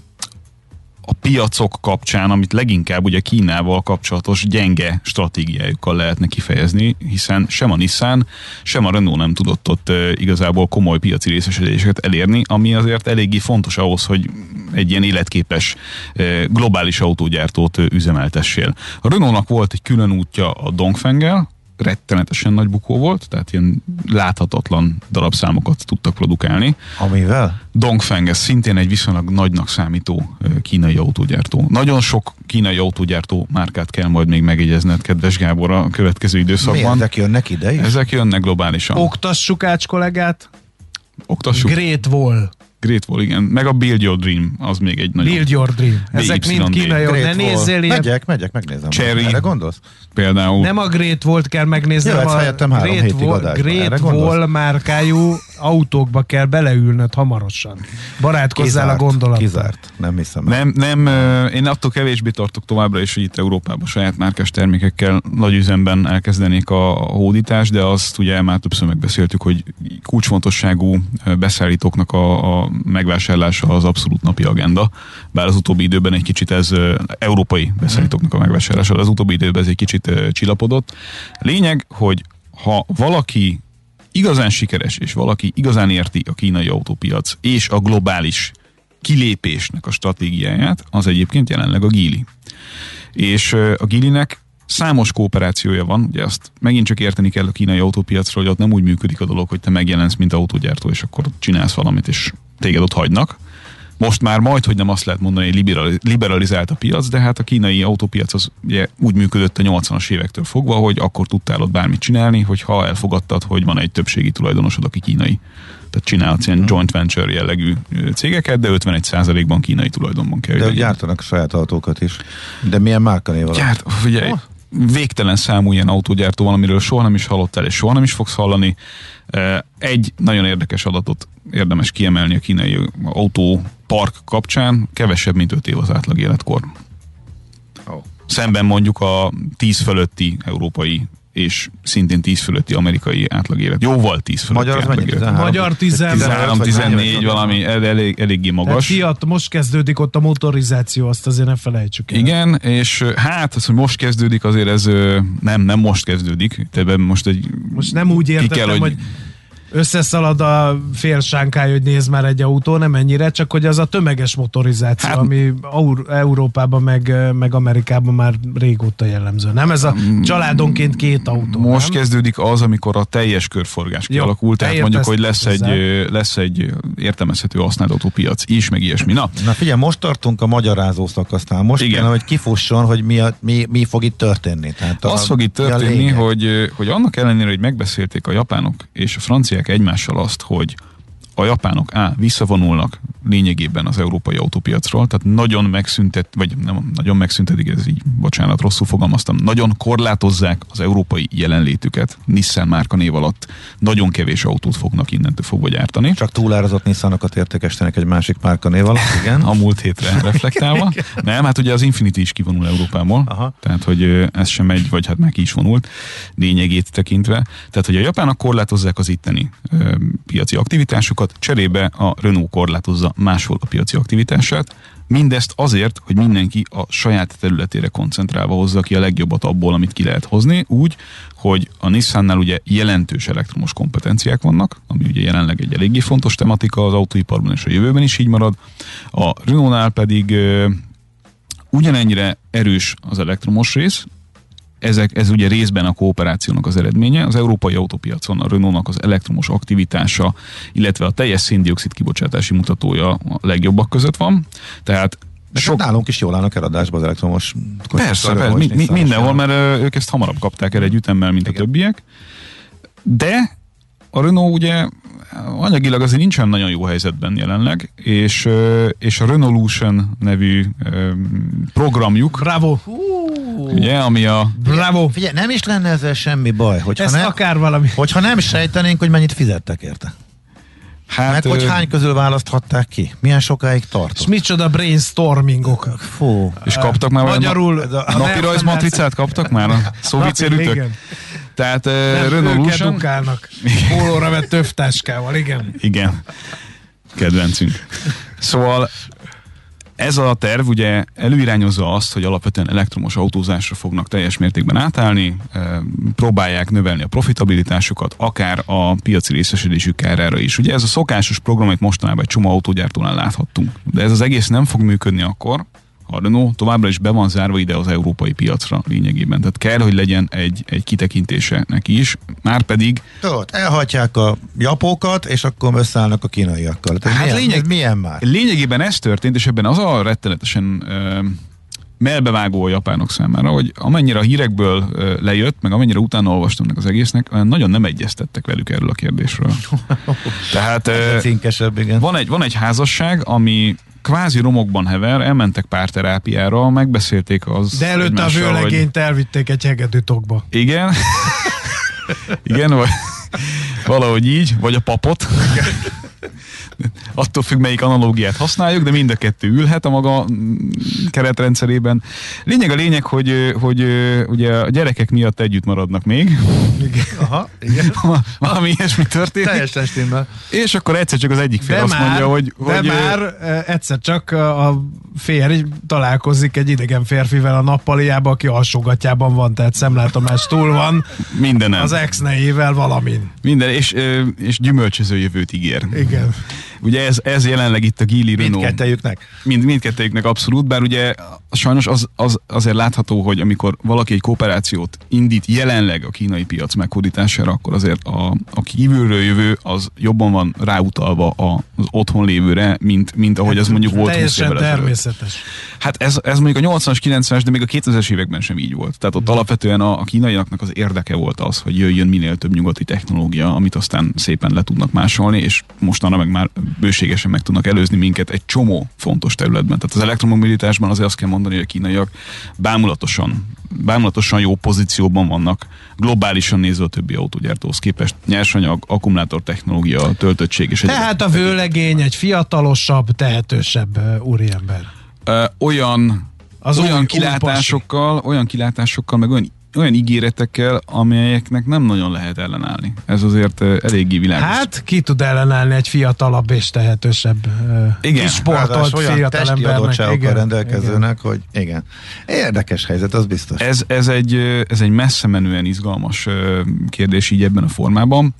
a piacok kapcsán, amit leginkább ugye Kínával kapcsolatos gyenge stratégiájukkal lehetne kifejezni, hiszen sem a Nissan, sem a Renault nem tudott ott e, igazából komoly piaci részesedéseket elérni, ami azért eléggé fontos ahhoz, hogy egy ilyen életképes e, globális autógyártót e, üzemeltessél. A Renaultnak volt egy külön útja a Dongfenggel, rettenetesen nagy bukó volt, tehát ilyen láthatatlan darabszámokat tudtak produkálni. Amivel? Dongfeng, ez szintén egy viszonylag nagynak számító kínai autógyártó. Nagyon sok kínai autógyártó márkát kell majd még megjegyezned, kedves Gábor, a következő időszakban. Miért? Ezek jönnek ide is? Ezek jönnek globálisan. Oktassuk Ács kollégát. Oktassuk. Great Wall. Great Wall, igen. Meg a Build Your Dream, az még egy nagyon... Build Your Dream. Ezek mind kínai, ne nézzél ilyen. Megyek, megyek, megnézem. Cherry. Erre gondolsz? Például. Nem a Great Wall-t kell megnézni, Jöhetsz hanem a helyettem három Great hétig Wall, adásba. Great Erre gondolsz? Wall márkájú autókba kell beleülnöd hamarosan. Barátkozzál a gondolattal. Kizárt, nem hiszem. Nem, nem, én attól kevésbé tartok továbbra is, hogy itt Európában saját márkás termékekkel nagy üzemben elkezdenék a hódítást, de azt ugye már többször megbeszéltük, hogy kulcsfontosságú beszállítóknak a, a megvásárlása az abszolút napi agenda. Bár az utóbbi időben egy kicsit ez európai beszállítóknak a megvásárlása, az utóbbi időben ez egy kicsit csillapodott. Lényeg, hogy ha valaki igazán sikeres, és valaki igazán érti a kínai autópiac és a globális kilépésnek a stratégiáját, az egyébként jelenleg a Geely. És a Geelynek számos kooperációja van, ugye azt megint csak érteni kell a kínai autópiacról, hogy ott nem úgy működik a dolog, hogy te megjelensz, mint autógyártó, és akkor csinálsz valamit, és téged ott hagynak. Most már majd, hogy nem azt lehet mondani, hogy liberalizált a piac, de hát a kínai autópiac az ugye úgy működött a nyolcvanas évektől fogva, hogy akkor tudtál ott bármit csinálni, hogyha elfogadtad, hogy van egy többségi tulajdonosod, aki kínai. Tehát csinálhatsz ilyen joint venture jellegű cégeket, de ötvenegy százalékban kínai tulajdonban kell. De gyártanak saját autókat is. De milyen márkanév alatt? Gyárt, ugye, oh. végtelen számú ilyen autógyártó van, amiről soha nem is hallottál, és soha nem is fogsz hallani. Egy nagyon érdekes adatot érdemes kiemelni a kínai autópark kapcsán, kevesebb, mint öt év az átlag életkor. Oh. Szemben mondjuk a tíz fölötti európai és szintén tíz fölötti amerikai átlagélet. Jóval tíz fölötti Magyar átlagélet. Magyar tizenhárom tizennégy valami elég, eléggé magas. Fiat, most kezdődik ott a motorizáció, azt azért ne felejtsük el. Igen, és hát az, hogy most kezdődik, azért ez nem, nem most kezdődik. Te most egy... Most nem úgy értettem, kell, hogy... hogy összeszalad a félsánkály, hogy néz már egy autó, nem ennyire, csak hogy az a tömeges motorizáció, hát, ami Európában meg, meg Amerikában már régóta jellemző. Nem ez a családonként két autó. Most nem? kezdődik az, amikor a teljes körforgás kialakul, tehát mondjuk, hogy lesz egy, lesz egy értelmezhető használt autópiac is, meg ilyesmi. Na. Na figyelj, most tartunk a magyarázó szakasznál. Most igen. Kéne, hogy kifusson, hogy mi, a, mi, mi fog itt történni. Tehát az a, fog itt történni, hogy, hogy annak ellenére, hogy megbeszélték a japánok és a franciák egymással azt, hogy a japánok á, visszavonulnak lényegében az európai autópiacról, tehát nagyon megszüntet, vagy nem nagyon megszüntetik, ez így, bocsánat, rosszul fogalmaztam, nagyon korlátozzák az európai jelenlétüket Nissan márka név alatt. Nagyon kevés autót fognak innentől fogva gyártani. Csak túlárazott Nissanokat értékesítenek egy másik márka név alatt, igen. A múlt hétre reflektálva. Nem, hát ugye az Infiniti is kivonul Európából, aha. Tehát hogy ez sem megy, vagy hát meg ki is vonult, lényegét tekintve. Tehát, hogy a japánok korlátozzák az itteni ö, piaci aktivitásukat, cserébe a Renault korlátozza máshol a piaci aktivitását. Mindezt azért, hogy mindenki a saját területére koncentrálva hozza ki a legjobbat abból, amit ki lehet hozni, úgy, hogy a Nissannál ugye jelentős elektromos kompetenciák vannak, ami ugye jelenleg egy eléggé fontos tematika az autóiparban, és a jövőben is így marad. A Renaultnál pedig ö, ugyanennyire erős az elektromos rész. Ezek, ez ugye részben a kooperációnak az eredménye. Az európai autópiacon a Renaultnak az elektromos aktivitása, illetve a teljes szén-dioxid kibocsátási mutatója a legjobbak között van. Tehát de sok... nálunk is jól állnak eladásba az elektromos kocsik. Persze, persze mi, mi, mindenhol, mert ők ezt hamarabb kapták el egy ütemmel, mint igen. a többiek. De a Renault ugye anyagilag azért nincsen nagyon jó helyzetben jelenleg, és, és a Renaulution nevű programjuk, bravo! Ugye, ami a... Bravo! Figyelj, nem is lenne ezzel semmi baj, hogyha, ez nem, akár valami. hogyha nem sejtenénk, hogy mennyit fizettek érte. Hát, meg hogy ö... hány közül választhatták ki? Milyen sokáig tartott? És micsoda brainstormingok. Fú. És kaptak már magyarul a, a napi rajzmatricát kaptak már a szóvicérűtök? Tehát uh, Renaulution... Őket dukálnak. Pólóra vett tövtáskával, igen. Igen. Kedvencünk. Szóval ez a terv ugye előirányozza azt, hogy alapvetően elektromos autózásra fognak teljes mértékben átállni, próbálják növelni a profitabilitásukat, akár a piaci részesedésük árára is. Ugye ez a szokásos program, amit mostanában egy csomó autógyártónál láthattunk. De ez az egész nem fog működni akkor, a Renault továbbra is be van zárva ide az európai piacra lényegében. Tehát kell, hogy legyen egy, egy kitekintése neki is. Márpedig... Tudod, elhagyják a japókat, és akkor összeállnak a kínaiakkal. Tehát hát milyen, lényeg, milyen már? Lényegében ez történt, és ebben az a rettenetesen uh, melbevágó a japánok számára, hogy amennyire a hírekből uh, lejött, meg amennyire utána olvastam meg az egésznek, nagyon nem egyeztettek velük erről a kérdésről. Tehát uh, igen. Van egy, van egy házasság, ami kvázi romokban hever, elmentek párterápiára, megbeszélték az... De előtte a vőlegényt hogy... elvitték egy hegedűtokba. Igen. Igen, vagy valahogy így, vagy a papot. Attól függ, melyik analógiát használjuk, de mind a kettő ülhet a maga keretrendszerében. Lényeg a lényeg, hogy, hogy ugye a gyerekek miatt együtt maradnak még. Igen. Aha, igen. Valami ilyesmi történik. Teljesen stimmel. És akkor egyszer csak az egyik fél de azt már, mondja, hogy... De hogy már egyszer csak a férj találkozik egy idegen férfivel a nappaliába, aki alsógatjában van, tehát szemlátomás túl van. Mindenem. Az ex-nejével valamin. Minden, és, és gyümölcsöző jövőt ígér. Igen. ugye ez, ez jelenleg itt a Geely Renault. Mindkettejüknek? Mind, mindkettejüknek abszolút, bár ugye sajnos az, az azért látható, hogy amikor valaki egy kooperációt indít jelenleg a kínai piac meghódítására, akkor azért a, a kívülről jövő az jobban van ráutalva az otthon lévőre, mint, mint ahogy az mondjuk volt húsz évvel ezelőtt. Természetes. Hát ez, ez mondjuk a nyolcvanas, kilencvenes, de még a kétezres években sem így volt. Tehát ott alapvetően a, a kínaiaknak az érdeke volt az, hogy jöjjön minél több nyugati technológia, amit aztán szépen le tudnak másolni, és mostanra meg már bőségesen meg tudnak előzni minket egy csomó fontos területben. Tehát az elektromobilitásban azért azt kell mondani, hogy a kínaiak bámulatosan, bámulatosan jó pozícióban vannak, globálisan nézve a többi autógyártóhoz képest. Nyersanyag, akkumulátor technológia, töltöttség és egyébként. Tehát a vőlegény egy fiatalosabb, tehetősebb uh, úriember. Ö, olyan Az olyan új, kilátásokkal, új olyan kilátásokkal, meg olyan, olyan ígéretekkel, amelyeknek nem nagyon lehet ellenállni. Ez azért uh, eléggé világos. Hát ki tud ellenállni egy fiatalabb és tehetősebb uh, igen, sportolt olyan testi adottságokkal igen, rendelkezőnek, igen. hogy igen. Érdekes helyzet, az biztos. Ez, ez, egy, ez egy messze menően izgalmas kérdés így ebben a formában.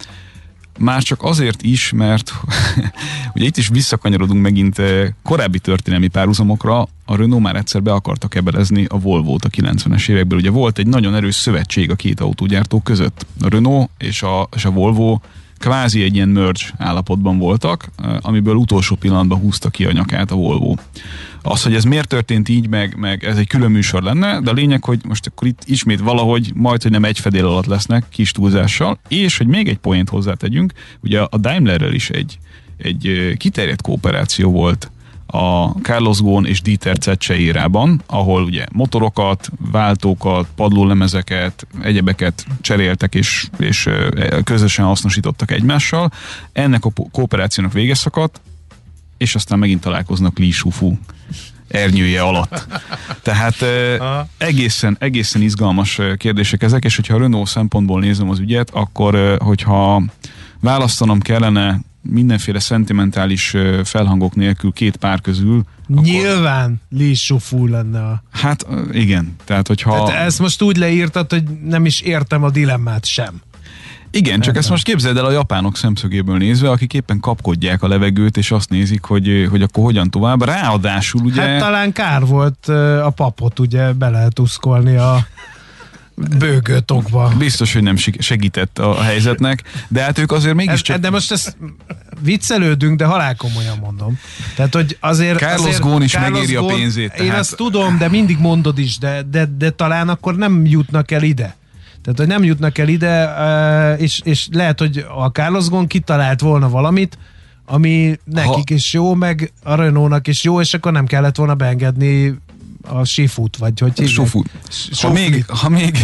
Már csak azért is, mert ugye itt is visszakanyarodunk megint korábbi történelmi párhuzamokra, a Renault már egyszer be akarta kebelezni a Volvót a kilencvenes években. Ugye volt egy nagyon erős szövetség a két autógyártó között. A Renault és a, és a Volvo kvázi egy ilyen merge állapotban voltak, amiből utolsó pillanatban húzta ki a nyakát a Volvo. Az, hogy ez miért történt így, meg, meg ez egy külön műsor lenne, de a lényeg, hogy most akkor itt ismét valahogy majd, hogy nem egy fedél alatt lesznek, kis túlzással, és hogy még egy poént hozzátegyünk, ugye a Daimlerrel is egy, egy kiterjedt kooperáció volt a Carlos Ghosn és Dieter Zetsche érában, ahol ugye motorokat, váltókat, padlólemezeket, egyebeket cseréltek és, és közösen hasznosítottak egymással. Ennek a kooperációnak vége szakadt, és aztán megint találkoznak Li Shufu ernyője alatt. Tehát egészen, egészen izgalmas kérdések ezek, és hogyha a Renault szempontból nézem az ügyet, akkor hogyha választanom kellene mindenféle szentimentális felhangok nélkül két pár közül. Nyilván akkor... Li Shufu lenne a... Hát igen, tehát hogyha... Tehát ezt most úgy leírtad, hogy nem is értem a dilemmát sem. Igen, csak ezt most képzeld el a japánok szemszögéből nézve, akik éppen kapkodják a levegőt, és azt nézik, hogy, hogy akkor hogyan tovább. Ráadásul ugye... Hát talán kár volt a papot ugye bele tuszkolni a bőgőtokba. Biztos, hogy nem segített a helyzetnek, de hát ők azért mégiscsak... De most ezt viccelődünk, de halálkomolyan mondom. Tehát, hogy azért... Carlos Ghosn is Carlos megéri Ghosn, a pénzét. Tehát... Én azt tudom, de mindig mondod is, de, de, de talán akkor nem jutnak el ide. Tehát, hogy nem jutnak el ide, és, és lehet, hogy a Carlos Ghosn kitalált volna valamit, ami nekik ha... is jó, meg a Renault-nak is jó, és akkor nem kellett volna beengedni a Shifut, vagy hogy hívják? Sofut. Ha még... Ha még...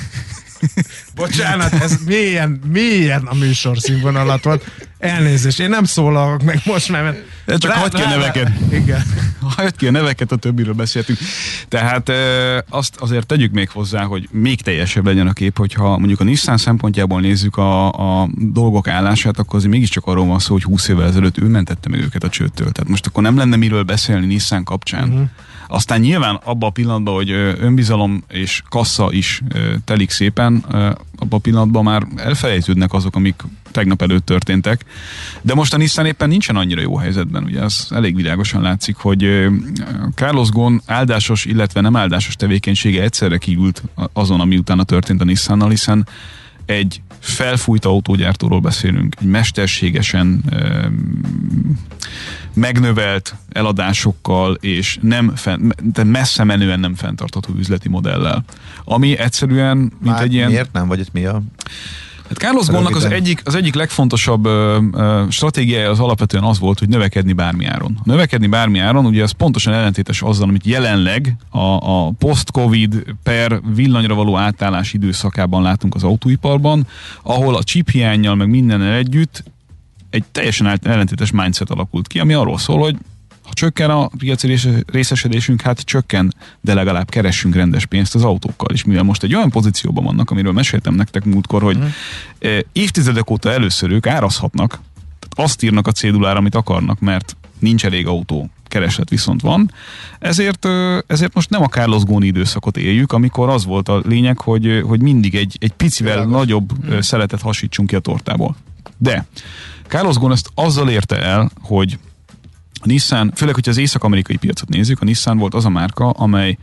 Bocsánat, ez mélyen, mélyen a műsor színvonalat volt. Elnézést, én nem szólalok meg most már, mert... De csak hagyd ki a neveket. Igen. Hagyd ki a neveket, a többiről beszéltünk. Tehát e, azt azért tegyük még hozzá, hogy még teljesebb legyen a kép, hogyha mondjuk a Nissan szempontjából nézzük a, a dolgok állását, akkor azért mégiscsak arról van szó, hogy húsz évvel ezelőtt ő mentette meg őket a csőttől. Tehát most akkor nem lenne miről beszélni Nissan kapcsán. Uh-huh. Aztán nyilván abban a pillanatban, hogy önbizalom és kassa is telik szépen, abban a pillanatban már elfelejtődnek azok, amik tegnap előtt történtek. De most a Nissan éppen nincsen annyira jó helyzetben. Ugye ez elég világosan látszik, hogy Carlos Ghosn áldásos, illetve nem áldásos tevékenysége egyszerre kiült azon, ami utána történt a Nissannal, hiszen egy felfújt autógyártóról beszélünk, egy mesterségesen ö, megnövelt eladásokkal és nem fenn, de messze menően nem fenntartható üzleti modellel. Ami egyszerűen, mint Már egy ilyen... Miért nem? Vagy itt mi a... Hát Carlos Ghosnnak az egyik, az egyik legfontosabb ö, ö, stratégiája az alapvetően az volt, hogy növekedni bármi áron. Növekedni bármi áron, ugye ez pontosan ellentétes azzal, amit jelenleg a, a post-covid per villanyra való átállás időszakában látunk az autóiparban, ahol a chip hiánnyal meg mindennel együtt egy teljesen ellentétes mindset alakult ki, ami arról szól, hogy ha csökken a piaci részesedésünk, hát csökken, de legalább keressünk rendes pénzt az autókkal. És mivel most egy olyan pozícióban vannak, amiről meséltem nektek múltkor, hogy mm. évtizedek óta először ők árazhatnak, tehát azt írnak a cédulára, amit akarnak, mert nincs elég autó, kereslet viszont van. Ezért, ezért most nem a Carlos Ghosn időszakot éljük, amikor az volt a lényeg, hogy, hogy mindig egy, egy picivel Világos. nagyobb mm. szeletet hasítsunk ki a tortából. De Carlos Ghosn ezt azzal érte el, hogy a Nissan, főleg, hogyha az észak-amerikai piacot nézzük, a Nissan volt az a márka, amely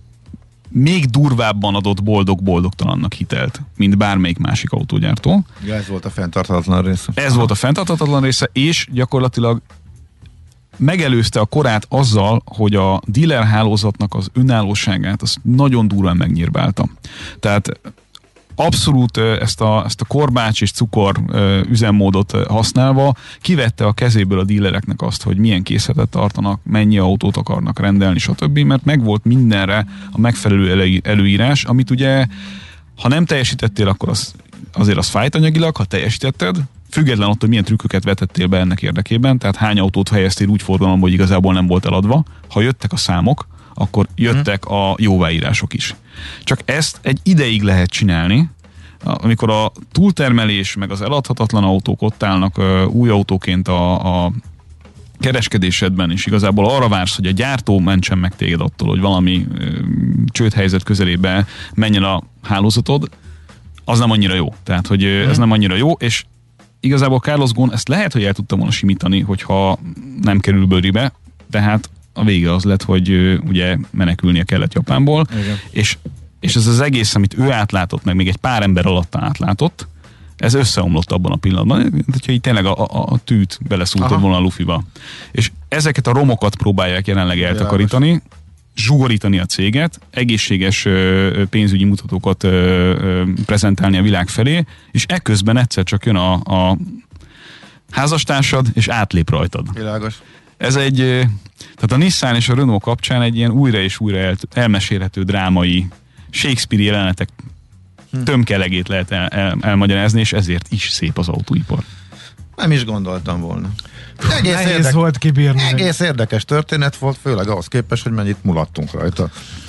még durvábban adott boldog-boldogtalannak hitelt, mint bármelyik másik autógyártó. Ja, ez volt a fenntarthatatlan része. Ez Aha. volt a fenntarthatatlan része, és gyakorlatilag megelőzte a korát azzal, hogy a dealer hálózatnak az önállóságát az nagyon durván megnyírbálta. Tehát abszolút ezt a, ezt a korbács és cukor üzemmódot használva kivette a kezéből a dílereknek azt, hogy milyen készletet tartanak, mennyi autót akarnak rendelni, stb., mert megvolt mindenre a megfelelő előírás, amit ugye, ha nem teljesítettél, akkor az, azért az fájt anyagilag, ha teljesítetted, független attól, hogy milyen trükköket vetettél be ennek érdekében, tehát hány autót helyeztél úgy forgalomba, hogy igazából nem volt eladva, ha jöttek a számok, akkor jöttek a jóváírások is. Csak ezt egy ideig lehet csinálni, amikor a túltermelés meg az eladhatatlan autók ott állnak uh, új autóként a, a kereskedésedben, és igazából arra vársz, hogy a gyártó mentsen meg téged attól, hogy valami uh, csődhelyzet közelébe menjen a hálózatod, az nem annyira jó. Tehát, hogy uh, ez nem annyira jó, és igazából Carlos Ghosn ezt lehet, hogy el tudta volna simítani, hogyha nem kerül bőribe, tehát a vége az lett, hogy uh, ugye menekülnie kellett Japánból, igen. és és ez az egész, amit ő átlátott, meg még egy pár ember alatt átlátott, ez összeomlott abban a pillanatban, hogyha így tényleg a, a, a tűt beleszúrtad volna a lufiba. És ezeket a romokat próbálják jelenleg eltakarítani, zsugorítani a céget, egészséges ö, pénzügyi mutatókat ö, ö, prezentálni a világ felé, és ekközben egyszer csak jön a, a házastársad, és átlép rajtad. Világos. Ez egy, tehát a Nissan és a Renault kapcsán egy ilyen újra és újra el, elmesélhető drámai Shakespeare jelenetek hm. tömkelegét lehet el, el, elmagyarázni, és ezért is szép az autóipar. Nem is gondoltam volna. Egész, érdek, volt kibírni. Egész érdekes történet volt, főleg ahhoz képest, hogy mennyit mulattunk rajta.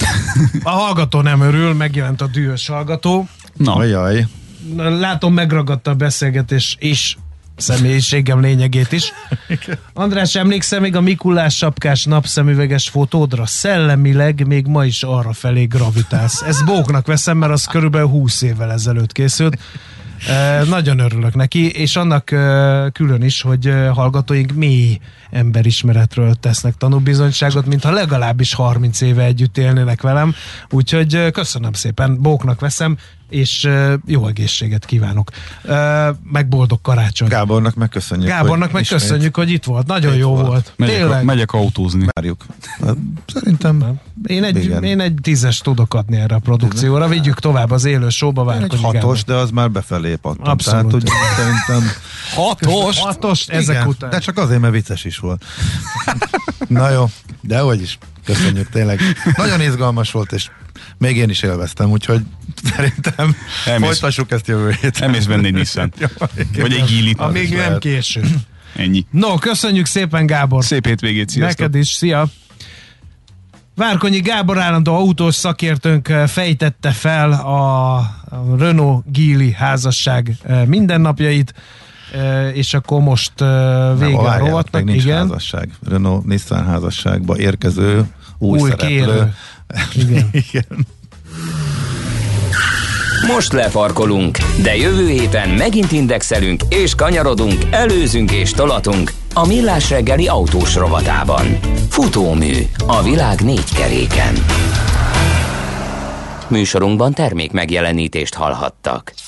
A hallgató nem örül, megjelent a dühös hallgató. Na. Ajaj. Látom, megragadta a beszélgetés és személyiségem lényegét is. András, emlékszel még a Mikulás sapkás napszemüveges fotódra? Szellemileg még ma is arra felé gravitálsz. Ezt bóknak veszem, mert az körülbelül húsz évvel ezelőtt készült. E, nagyon örülök neki, és annak e, külön is, hogy e, hallgatóink mély emberismeretről tesznek tanúbizonyságot, mintha legalábbis harminc éve együtt élnének velem. Úgyhogy e, köszönöm szépen, bóknak veszem, és uh, jó egészséget kívánok. Uh, meg boldog karácsony. Gábornak megköszönjük. Gábornak hogy megköszönjük, hogy itt volt. Nagyon jó volt. volt. Megyek, a, megyek autózni. Várjuk. Szerintem én egy, én egy tízes tudok adni erre a produkcióra. Vigyük tovább az élő showba. Egy hatos, Gábor. De az már befelé pattant. Abszolút. Tehát, hogy szerintem... Hatos? Hatos ezek igen, után. De csak azért, mert vicces is volt. Na jó, de hogy is. Köszönjük, tényleg. Nagyon izgalmas volt, és még én is élveztem, úgyhogy szerintem elmész, folytassuk ezt jövő héten. Elmész venni egy Nissan. Vagy egy Geely-t. Amíg nem késő. Ennyi. No, köszönjük szépen, Gábor. Szép hétvégét, sziasztok. Neked is, szia. Várkonyi Gábor állandó autós szakértőnk fejtette fel a Renault-Geely házasság mindennapjait, és akkor most vége a rovatnak. Nincs igen. házasság. Renault-Nissan házasságba érkező új, új szereplő. Igen. Igen. Most lefarkolunk, de jövő héten megint indexelünk és kanyarodunk, előzünk és tolatunk a Millás reggeli autós rovatában. Futómű a világ négy keréken. Műsorunkban termék megjelenítést hallhattak.